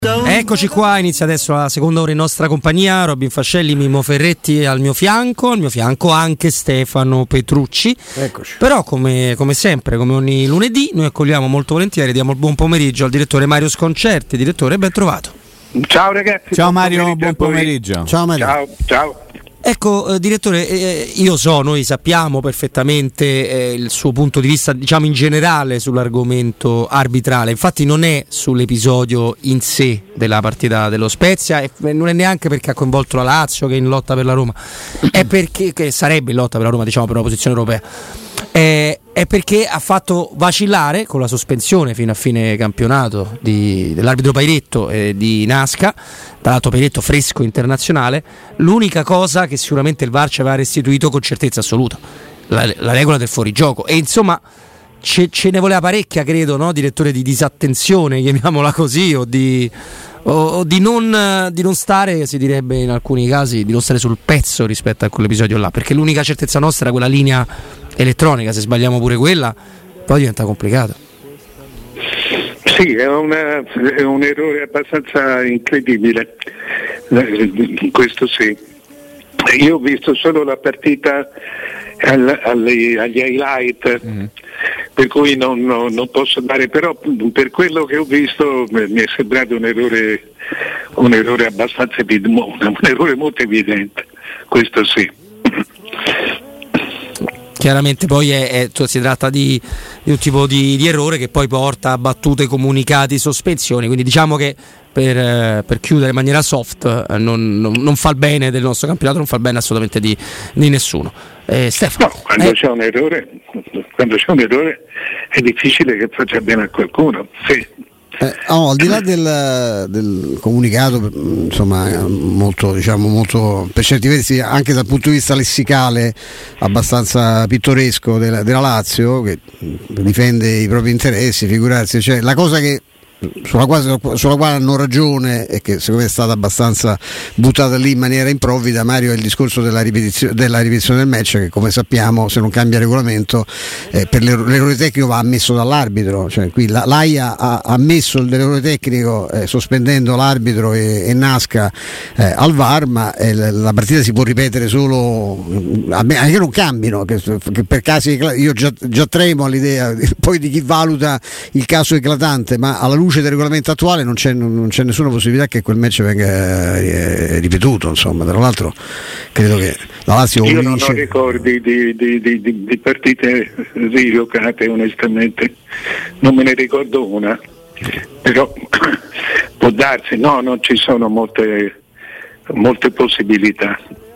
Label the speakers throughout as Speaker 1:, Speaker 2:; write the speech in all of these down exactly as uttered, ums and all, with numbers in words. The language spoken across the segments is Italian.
Speaker 1: Eccoci qua, inizia adesso la seconda ora in nostra compagnia. Robin Fascelli, Mimmo Ferretti al mio fianco, al mio fianco anche Stefano Petrucci.
Speaker 2: Eccoci.
Speaker 1: Però come, come sempre, come ogni lunedì, noi accogliamo molto volentieri, diamo il buon pomeriggio al direttore Mario Sconcerti. Direttore, ben trovato.
Speaker 3: Ciao ragazzi.
Speaker 2: Ciao Mario, buon pomeriggio.
Speaker 3: Ciao Mario. Ciao, ciao.
Speaker 1: Ecco, eh, direttore, eh, io so, noi sappiamo perfettamente eh, il suo punto di vista, diciamo in generale, sull'argomento arbitrale. Infatti non è sull'episodio in sé della partita dello Spezia, e non è neanche perché ha coinvolto la Lazio, che è in lotta per la Roma, è perché che sarebbe in lotta per la Roma, diciamo, per una posizione europea. Eh, è perché ha fatto vacillare con la sospensione fino a fine campionato di, dell'arbitro Pairetto e di Nasca, tra l'altro Pairetto fresco internazionale, l'unica cosa che sicuramente il V A R ci aveva restituito con certezza assoluta, la, la regola del fuorigioco. E insomma ce, ce ne voleva parecchia, credo, no, direttore, di disattenzione, chiamiamola così, o di, o, o di, non, di non stare, si direbbe in alcuni casi, di non stare sul pezzo rispetto a quell'episodio là, perché l'unica certezza nostra era quella linea elettronica. Se sbagliamo pure quella poi diventa complicato.
Speaker 3: Sì, è, una, è un errore abbastanza incredibile, questo sì. Io ho visto solo la partita al, alle, agli highlight, mm. per cui non, non, non posso dare, però per quello che ho visto mi è sembrato un errore, un errore abbastanza evidente, un errore molto evidente, questo sì.
Speaker 1: Chiaramente poi è, è, si tratta di, di un tipo di, di errore che poi porta a battute, comunicati, sospensioni, quindi diciamo che per, per chiudere in maniera soft non, non, non fa il bene del nostro campionato, non fa il bene assolutamente di, di nessuno. Eh, Stefano,
Speaker 3: no, quando eh. c'è un errore, quando c'è un errore è difficile che faccia bene a qualcuno, sì.
Speaker 2: Eh, oh, al di là del, del comunicato, insomma, molto, diciamo, molto, per certi versi anche dal punto di vista lessicale abbastanza pittoresco della, della Lazio, che difende i propri interessi, figurarsi, cioè la cosa che sulla quale, sulla quale hanno ragione e che secondo me è stata abbastanza buttata lì in maniera improvvida, Mario, è il discorso della ripetizione, della ripetizione del match, che come sappiamo, se non cambia il regolamento, eh, per l'errore tecnico va ammesso dall'arbitro. Cioè qui la, l'A I A ha ammesso l'errore tecnico eh, sospendendo l'arbitro e, e Nasca eh, al V A R, ma eh, la partita si può ripetere solo a me, anche non cambino, che, che per casi io già, già tremo all'idea poi di chi valuta il caso eclatante, ma alla luce del regolamento attuale non c'è, non c'è nessuna possibilità che quel match venga eh, ripetuto, insomma. Tra l'altro credo che la Lazio
Speaker 3: io non ho ricordi di, di, di, di, di partite rigiocate, onestamente non me ne ricordo una, però può darsi, no, non ci sono molte molte possibilità.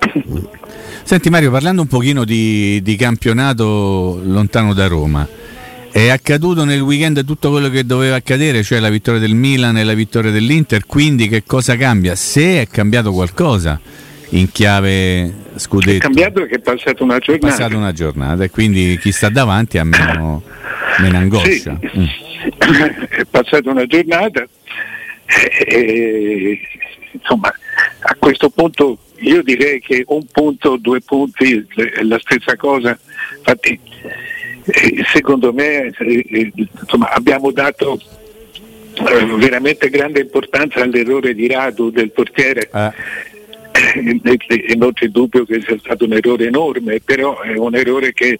Speaker 4: Senti Mario, parlando un pochino di, di campionato lontano da Roma, è accaduto nel weekend tutto quello che doveva accadere, cioè la vittoria del Milan e la vittoria dell'Inter, quindi che cosa cambia? Se è cambiato qualcosa in chiave scudetto.
Speaker 3: È cambiato che è passata una giornata.
Speaker 4: È passata una giornata e quindi chi sta davanti ha meno, meno angoscia.
Speaker 3: Sì. Mm. È passata una giornata e, e, insomma, a questo punto io direi che un punto, due punti è la stessa cosa. Infatti secondo me eh, insomma, abbiamo dato eh, veramente grande importanza all'errore di Radu, del portiere, eh. e, e non c'è dubbio che sia stato un errore enorme, però è un errore che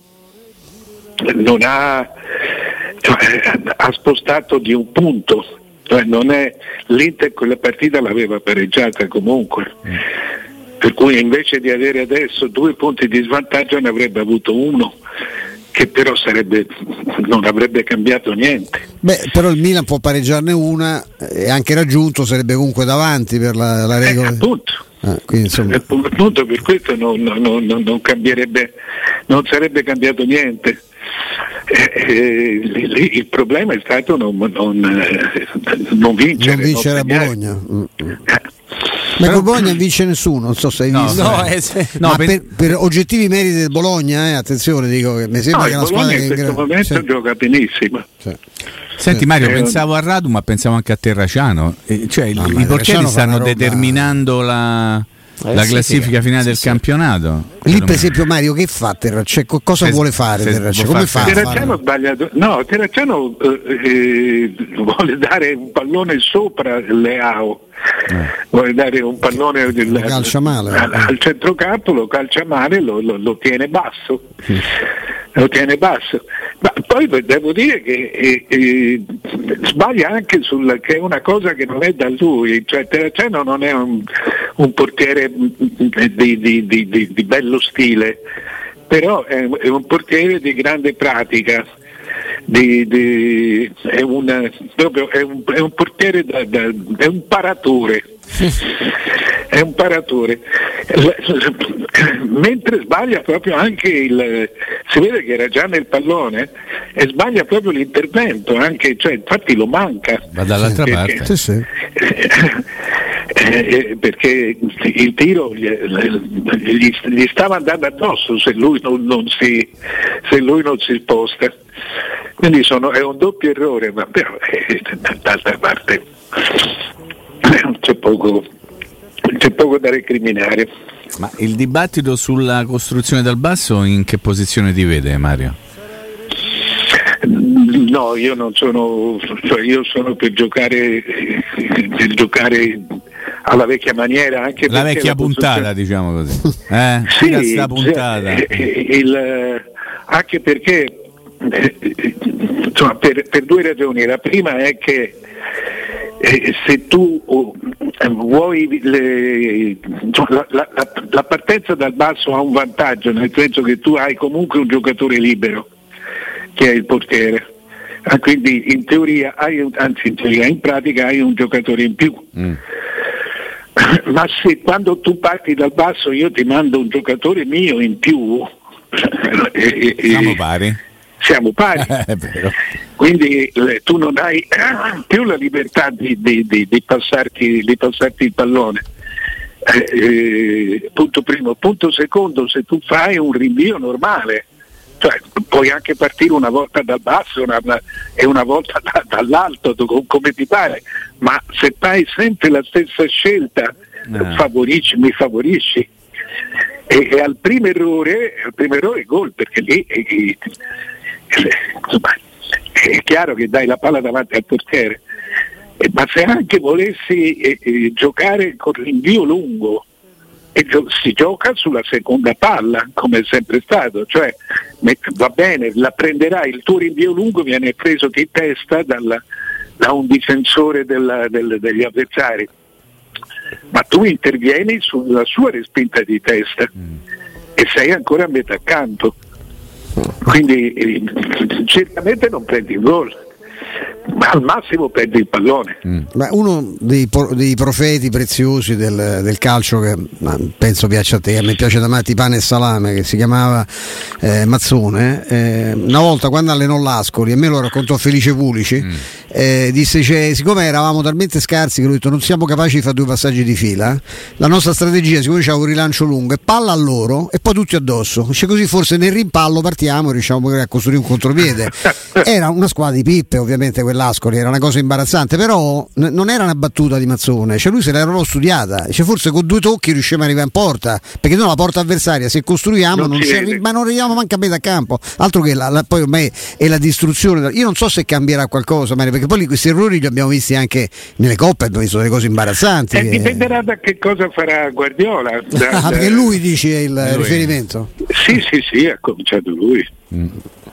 Speaker 3: non ha, cioè, ha spostato di un punto, cioè, non è, l'Inter quella partita l'aveva pareggiata comunque, mm. per cui invece di avere adesso due punti di svantaggio ne avrebbe avuto uno, che però sarebbe, non avrebbe cambiato niente.
Speaker 2: Beh, però il Milan può pareggiarne una e anche raggiunto sarebbe comunque davanti per la, la regola.
Speaker 3: Eh, appunto.
Speaker 2: Ah, quindi, insomma...
Speaker 3: appunto per questo non, non, non, non cambierebbe, non sarebbe cambiato niente. Eh, eh, il problema è stato non, non, non vincere.
Speaker 2: Non vincere
Speaker 3: non
Speaker 2: a Bologna. Mm.
Speaker 3: Eh.
Speaker 2: Ma con Bologna non vince nessuno, non so se hai
Speaker 4: no,
Speaker 2: visto.
Speaker 4: No, eh, se...
Speaker 2: no,
Speaker 4: ma
Speaker 2: per,
Speaker 4: per...
Speaker 2: per oggettivi meriti del Bologna, eh, attenzione, dico che mi sembra
Speaker 3: no,
Speaker 2: che è una
Speaker 3: Bologna
Speaker 2: squadra
Speaker 3: in
Speaker 2: che
Speaker 3: questo
Speaker 2: gra...
Speaker 3: momento
Speaker 2: sì.
Speaker 3: gioca benissimo.
Speaker 2: Sì.
Speaker 4: Senti Mario,
Speaker 3: eh,
Speaker 4: pensavo a Radu, ma pensavo anche a Terracciano, eh, cioè
Speaker 2: no,
Speaker 4: i portieri stanno determinando la, Eh, la sì, classifica sì, finale sì, del sì. campionato.
Speaker 2: Lì per esempio Mario che fa Terracciano? Cioè, cosa se, vuole fare Terracciano? Come fa?
Speaker 3: Terracciano sbagliato. No, Terracciano eh, vuole dare un pallone sopra Leao. Eh. Vuole dare un pallone del,
Speaker 2: lo calcia male,
Speaker 3: al,
Speaker 2: eh.
Speaker 3: al centrocampo, lo calcia male, lo, lo, lo tiene basso. Sì. Lo tiene basso. Ma poi devo dire che eh, eh, sbaglia anche sul che è una cosa che non è da lui, cioè Terracciano non è un, un portiere di, di, di, di, di bello stile, però è, è un portiere di grande pratica. Di, di, è, una, proprio, è, un, è un portiere da, da, è un paratore è un paratore mentre sbaglia proprio anche il si vede che era già nel pallone e sbaglia proprio l'intervento anche, cioè infatti lo manca
Speaker 4: va dall'altra
Speaker 3: perché,
Speaker 4: parte
Speaker 2: sì, sì.
Speaker 3: Eh, perché il tiro gli, gli, gli stava andando addosso se lui non, non si se lui non si sposta, quindi sono, è un doppio errore, ma però eh, d'altra parte c'è poco c'è poco da recriminare.
Speaker 4: Ma il dibattito sulla costruzione dal basso in che posizione ti vede, Mario?
Speaker 3: No, io non sono, cioè io sono per giocare per giocare alla vecchia maniera, anche
Speaker 4: la vecchia
Speaker 3: la
Speaker 4: puntata, diciamo così. Eh?
Speaker 3: Sì,
Speaker 4: sta puntata.
Speaker 3: Il, anche perché insomma, per, per due ragioni. La prima è che eh, se tu oh, vuoi le, insomma, la, la, la partenza dal basso ha un vantaggio, nel senso che tu hai comunque un giocatore libero che è il portiere, ah, quindi in teoria hai un, anzi in teoria in pratica hai un giocatore in più. Mm. Ma se quando tu parti dal basso io ti mando un giocatore mio in più,
Speaker 4: eh, siamo pari.
Speaker 3: Siamo pari. Quindi eh, tu non hai eh, più la libertà di, di, di, di, passarti, di passarti il pallone. Eh, eh, punto primo. Punto secondo, se tu fai un rinvio normale, cioè puoi anche partire una volta dal basso una, una, e una volta da, dall'alto, come ti pare, ma se fai sempre la stessa scelta no. favorisci, mi favorisci. E, e al primo errore, al primo errore gol, perché lì è, è, insomma, è chiaro che dai la palla davanti al portiere, eh, ma se anche volessi eh, eh, giocare con rinvio lungo, e gio- si gioca sulla seconda palla come è sempre stato, cioè met- va bene, la prenderai, il tuo rinvio lungo viene preso di testa dalla, da un difensore della, del, degli avversari, ma tu intervieni sulla sua respinta di testa mm. e sei ancora a metà campo, quindi eh, certamente non prendi il gol, ma al massimo perdi il pallone.
Speaker 2: Mm. Ma uno dei, dei profeti preziosi del, del calcio che penso piaccia a te, a me piace da matti pane e salame, che si chiamava eh, Mazzone, eh, una volta quando allenò l'Ascoli, a me lo raccontò Felice Pulici, mm. eh, disse cioè, siccome eravamo talmente scarsi che lui ha detto non siamo capaci di fare due passaggi di fila, la nostra strategia siccome c'era un rilancio lungo e palla a loro e poi tutti addosso, cioè, così forse nel rimpallo partiamo e riusciamo a costruire un contropiede. Era una squadra di pippe ovviamente quell'Ascoli, era una cosa imbarazzante, però n- non era una battuta di Mazzone, cioè lui se l'era studiata, cioè forse con due tocchi riusciamo a arrivare in porta, perché noi la porta avversaria se costruiamo non non c'è, ma non arriviamo manco a metà campo, altro che la, la, poi ormai è la distruzione. Io non so se cambierà qualcosa, Mario, perché poi questi errori li abbiamo visti anche nelle coppe, abbiamo visto delle cose imbarazzanti.
Speaker 3: Eh, che... dipenderà da che cosa farà Guardiola. Da,
Speaker 2: ah, perché
Speaker 3: da...
Speaker 2: lui dice il lui. riferimento.
Speaker 3: Sì, sì, sì, ha cominciato lui. Mm.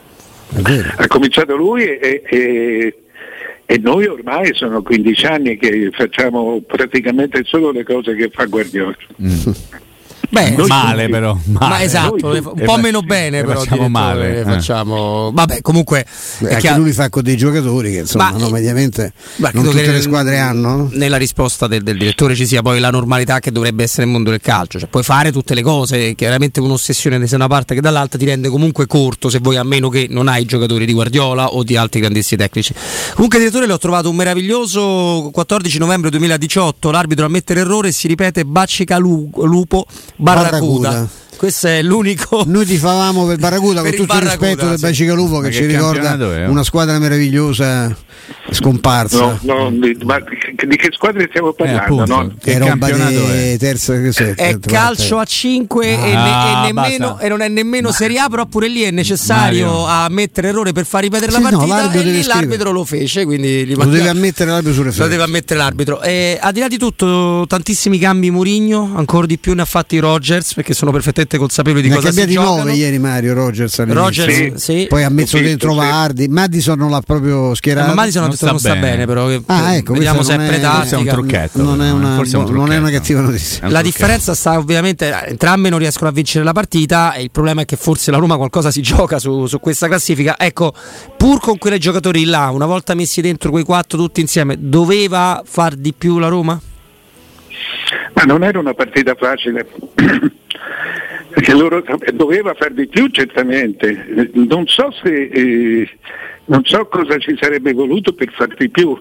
Speaker 3: Ha cominciato lui e, e, e noi ormai sono quindici anni che facciamo praticamente solo le cose che fa Guardiola. Mm.
Speaker 1: Beh,
Speaker 4: noi male tutti. però male.
Speaker 1: Ma esatto, noi, un po' meno bene però
Speaker 4: facciamo male
Speaker 1: eh. facciamo vabbè comunque
Speaker 2: Beh, anche chiaro... lui fa con dei giocatori che insomma ma, no, mediamente ma non tutte le squadre hanno.
Speaker 1: Nella risposta del, del direttore ci sia poi la normalità che dovrebbe essere nel mondo del calcio, cioè puoi fare tutte le cose, chiaramente un'ossessione sia da una parte che dall'altra ti rende comunque corto, se vuoi, a meno che non hai giocatori di Guardiola o di altri grandissimi tecnici. Comunque direttore, l'ho trovato un meraviglioso quattordici novembre duemiladiciotto, l'arbitro a mettere errore si ripete Bacica Lupo Barracuda. questo è l'unico.
Speaker 2: Noi tifavamo per Barracuda,
Speaker 1: per
Speaker 2: con tutto il
Speaker 1: Barracuda,
Speaker 2: rispetto del
Speaker 1: sì.
Speaker 2: Bacigalupo, che, che ci ricorda una squadra meravigliosa scomparsa.
Speaker 3: No, no, ma di che squadre stiamo parlando?
Speaker 4: Eh,
Speaker 3: no?
Speaker 2: Che roba di terza, che
Speaker 1: è, è calcio a cinque ah, e, ne, e, nemmeno, e non è nemmeno ma. Serie A, però pure lì è necessario Mario. ammettere errore per far ripetere sì, la partita, no, l'arbitro e lì l'arbitro lo fece, quindi
Speaker 2: lo deve ammettere l'arbitro sul
Speaker 1: lo deve ammettere l'arbitro. E, al di là di tutto, tantissimi cambi Mourinho, ancora di più ne ha fatti Rodgers, perché sono perfettamente consapevoli di
Speaker 2: ne
Speaker 1: cosa si
Speaker 2: giocano. Ne ha cambiati nove ieri Mario Rodgers,
Speaker 1: Rodgers sì. Sì.
Speaker 2: Poi ha messo sì, dentro sì. Vardy, Madison non l'ha proprio schierato.
Speaker 1: Ma Madison non, sta, non sta bene, però
Speaker 2: ah, ecco,
Speaker 1: vediamo sempre tattica.
Speaker 4: È un trucchetto,
Speaker 2: non è una,
Speaker 4: forse un
Speaker 2: non è una cattiva notizia.
Speaker 1: La differenza sta ovviamente, entrambe non riescono a vincere la partita e il problema è che forse la Roma qualcosa si gioca su, su questa classifica. Ecco, pur con quei giocatori là, una volta messi dentro quei quattro tutti insieme, doveva far di più la Roma?
Speaker 3: Ma non era una partita facile. Perché loro doveva far di più certamente, non so se eh, non so cosa ci sarebbe voluto per far di più.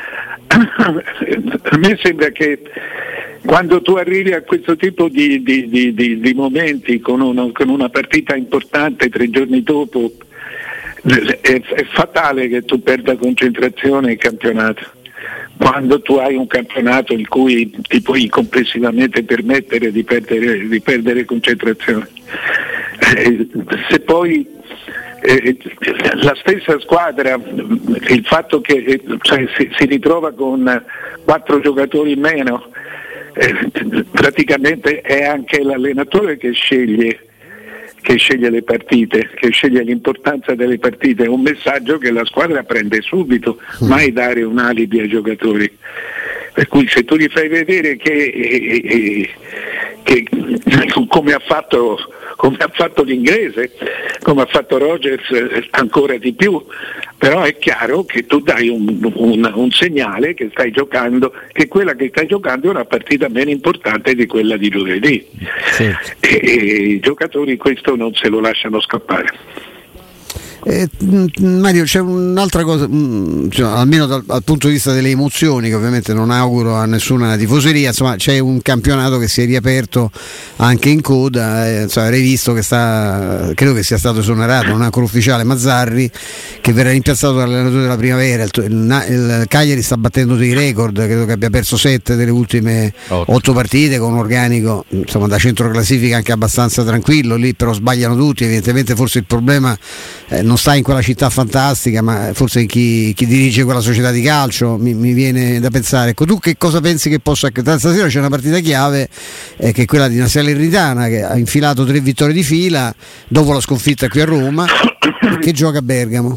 Speaker 3: A me sembra che quando tu arrivi a questo tipo di, di, di, di, di momenti con una, con una partita importante tre giorni dopo, è, è fatale che tu perda concentrazione e campionato. Quando tu hai un campionato in cui ti puoi complessivamente permettere di perdere, di perdere concentrazione. Eh, se poi eh, la stessa squadra, il fatto che eh, cioè, si, si ritrova con quattro giocatori in meno, eh, praticamente è anche l'allenatore che sceglie che sceglie le partite, che sceglie l'importanza delle partite, è un messaggio che la squadra prende subito, mai dare un alibi ai giocatori. Per cui se tu gli fai vedere che, eh, che come ha fatto come ha fatto l'inglese, come ha fatto Rodgers, ancora di più, però è chiaro che tu dai un, un, un segnale che stai giocando, che quella che stai giocando è una partita meno importante di quella di giovedì. Sì. E, e i giocatori questo non se lo lasciano scappare.
Speaker 2: Eh, Mario, c'è un'altra cosa, cioè, almeno dal, dal punto di vista delle emozioni, che ovviamente non auguro a nessuna tifoseria, insomma c'è un campionato che si è riaperto anche in coda, eh, insomma, avrei visto che sta, credo che sia stato esonerato, non è ancora ufficiale, Mazzarri, che verrà rimpiazzato dall'allenatore della primavera. Il, il, il Cagliari sta battendo dei record, credo che abbia perso sette delle ultime otto partite, con un organico insomma da centro classifica anche abbastanza tranquillo. Lì però sbagliano tutti, evidentemente forse il problema eh, non sta in quella città fantastica, ma forse in chi, chi dirige quella società di calcio, mi, mi viene da pensare. Ecco, tu che cosa pensi che possa accadere? Stasera c'è una partita chiave eh, che è quella di una Salernitana che ha infilato tre vittorie di fila dopo la sconfitta qui a Roma, che gioca a Bergamo.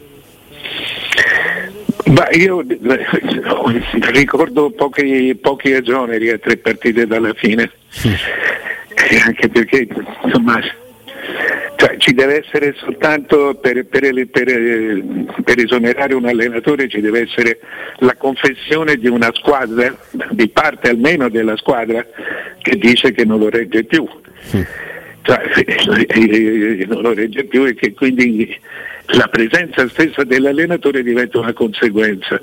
Speaker 3: Ma io ricordo pochi, pochi esoneri a tre partite dalla fine, sì. eh, anche perché insomma cioè, ci deve essere soltanto per, per, per, per esonerare un allenatore ci deve essere la confessione di una squadra, di parte almeno della squadra, che dice che non lo regge più, sì. Cioè, non lo regge più e che quindi la presenza stessa dell'allenatore diventa una conseguenza,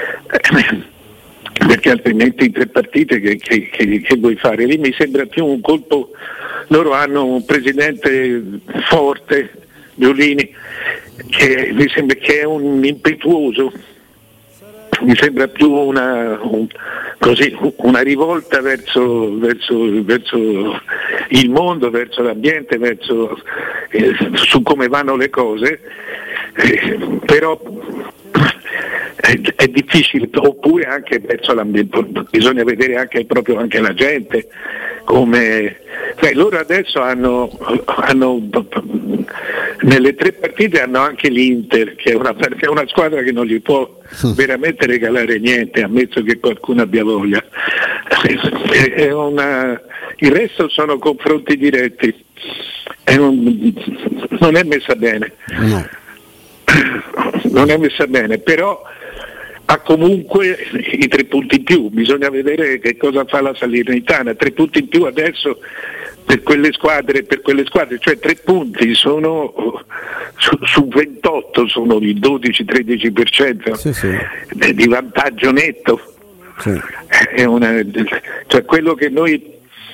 Speaker 3: perché altrimenti in tre partite che, che, che, che vuoi fare? Lì mi sembra più un colpo. Loro hanno un presidente forte, Giulini, che mi sembra che è un impetuoso, mi sembra più una, un, così, una rivolta verso, verso, verso il mondo, verso l'ambiente, verso eh, su come vanno le cose, eh, però è, è difficile, oppure anche verso l'ambiente, bisogna vedere anche proprio anche la gente. Come cioè, loro adesso hanno, hanno nelle tre partite hanno anche l'Inter, che è una, che è una squadra che non gli può veramente regalare niente, ammesso che qualcuno abbia voglia. È una, il resto sono confronti diretti, è un, non è messa bene, no. non è messa bene, però ha comunque i tre punti in più, bisogna vedere che cosa fa la Salernitana. Tre punti in più adesso per quelle squadre, per quelle squadre, cioè tre punti sono su, su ventotto, sono il dodici tredici per cento sì, sì. di vantaggio netto. Sì. È una, cioè quello che noi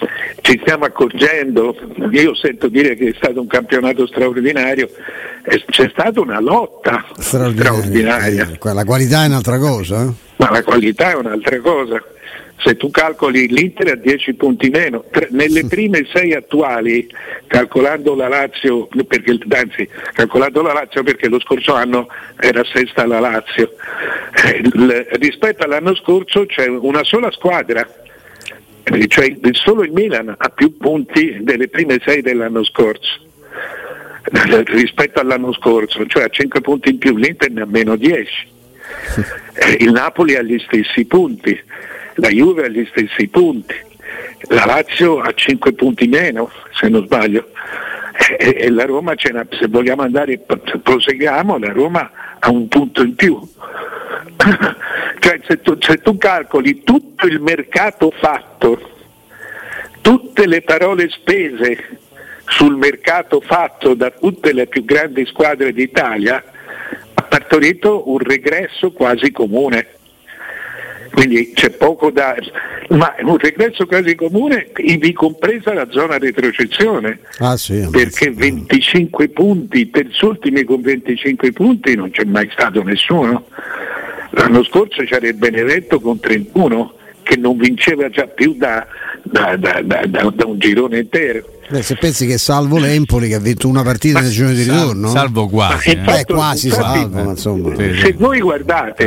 Speaker 3: ci stiamo accorgendo, io sento dire che è stato un campionato straordinario, c'è stata una lotta straordinaria.
Speaker 2: Eh, la qualità è un'altra cosa. Eh?
Speaker 3: Ma la qualità è un'altra cosa. Se tu calcoli l'Inter a dieci punti meno, tre, nelle prime sei attuali, calcolando la Lazio, perché, anzi, calcolando la Lazio perché lo scorso anno era sesta la Lazio, eh, l, rispetto all'anno scorso c'è una sola squadra, cioè solo il Milan ha più punti delle prime sei dell'anno scorso rispetto all'anno scorso, cioè ha cinque punti in più, l'Inter ne ha meno dieci, eh, il Napoli ha gli stessi punti, la Juve ha gli stessi punti, la Lazio ha cinque punti meno se non sbaglio, e, e la Roma ce n'ha, se vogliamo andare, proseguiamo, la Roma ha un punto in più. Cioè se tu, se tu calcoli tutto il mercato fatto, tutte le parole spese sul mercato fatto da tutte le più grandi squadre d'Italia, ha partorito un regresso quasi comune. Quindi c'è poco da, ma un regresso quasi comune, ivi compresa la zona retrocessione,
Speaker 2: ah, sì,
Speaker 3: perché venticinque punti, terzultimi con venticinque punti non c'è mai stato nessuno. L'anno scorso c'era il Benevento con trentuno che non vinceva già più da, da, da, da, da, da un girone intero.
Speaker 2: Beh, se pensi che salvo l'Empoli che ha vinto una partita nel girone di ritorno,
Speaker 4: salvo quasi, eh.
Speaker 2: Beh, quasi
Speaker 3: infatti,
Speaker 2: salvo, ma insomma.
Speaker 3: Se, se voi guardate,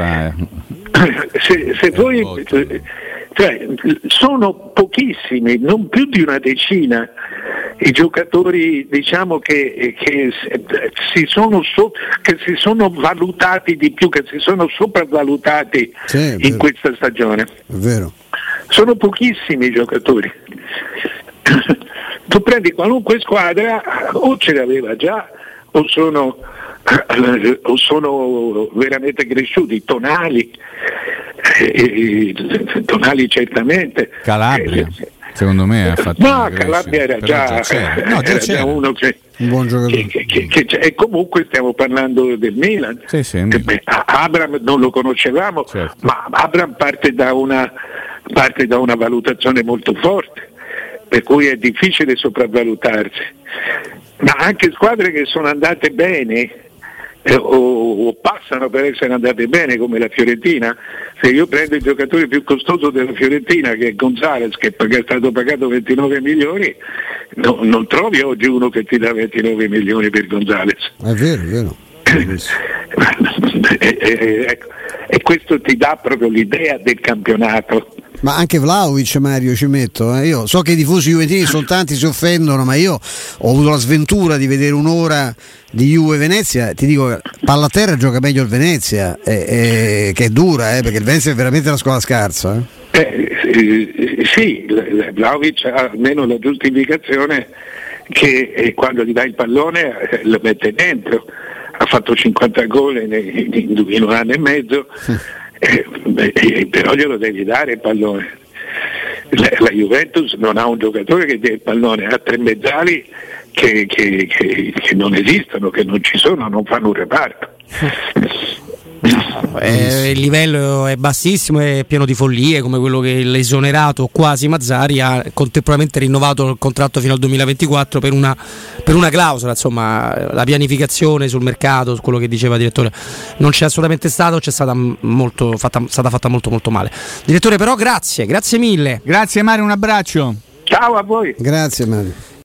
Speaker 3: se, se voi, cioè, sono pochissimi, non più di una decina, i giocatori, diciamo, che, che, si sono so, che si sono valutati di più, che si sono sopravvalutati, sì, in questa stagione.
Speaker 2: È vero.
Speaker 3: Sono pochissimi i giocatori. Tu prendi qualunque squadra, o ce l'aveva già o sono, o sono veramente cresciuti. Tonali, eh, Tonali certamente.
Speaker 4: Calabria. Secondo me ha fatto
Speaker 3: no, Calabria era già, già, no, era già uno che,
Speaker 2: un buon giocatore.
Speaker 3: Che, che, che, che, e comunque stiamo parlando del Milan.
Speaker 4: Sì, sì,
Speaker 3: che, beh, Abraham non lo conoscevamo, certo. Ma Abraham parte da una parte da una valutazione molto forte, per cui è difficile sopravvalutarsi. Ma anche squadre che sono andate bene eh, o, o passano per essere andate bene, come la Fiorentina. Se io prendo il giocatore più costoso della Fiorentina, che è Gonzalez, che è stato pagato ventinove milioni, no, non trovi oggi uno che ti dà ventinove milioni per Gonzalez.
Speaker 2: È vero, è vero.
Speaker 3: e, e, ecco, e questo ti dà proprio l'idea del campionato.
Speaker 2: Ma anche Vlahovic, Mario, ci metto, eh. Io so che i tifosi juventini sono tanti, si offendono, ma io ho avuto la sventura di vedere un'ora di Juve Venezia, ti dico, palla a terra gioca meglio il Venezia, eh, eh, che è dura, eh, perché il Venezia è veramente una squadra scarsa.
Speaker 3: Eh. Eh, sì, Vlahovic ha almeno la giustificazione che eh, quando gli dai il pallone eh, lo mette dentro, ha fatto cinquanta gol in, in, in un anno e mezzo. Eh, beh, però glielo devi dare il pallone. La, la Juventus non ha un giocatore che dia il pallone, ha tre mezzali che, che, che, che non esistono, che non ci sono, non fanno un reparto.
Speaker 1: Eh, il livello è bassissimo, è pieno di follie, come quello che l'esonerato quasi Mazzari ha contemporaneamente rinnovato il contratto fino al duemilaventiquattro per una, per una clausola. Insomma, la pianificazione sul mercato, su quello che diceva il direttore, non c'è assolutamente stato, c'è stata molto fatta, stata fatta molto molto male. Direttore, però grazie, grazie mille.
Speaker 4: Grazie Mario, un abbraccio.
Speaker 3: Ciao a voi.
Speaker 2: Grazie Mario.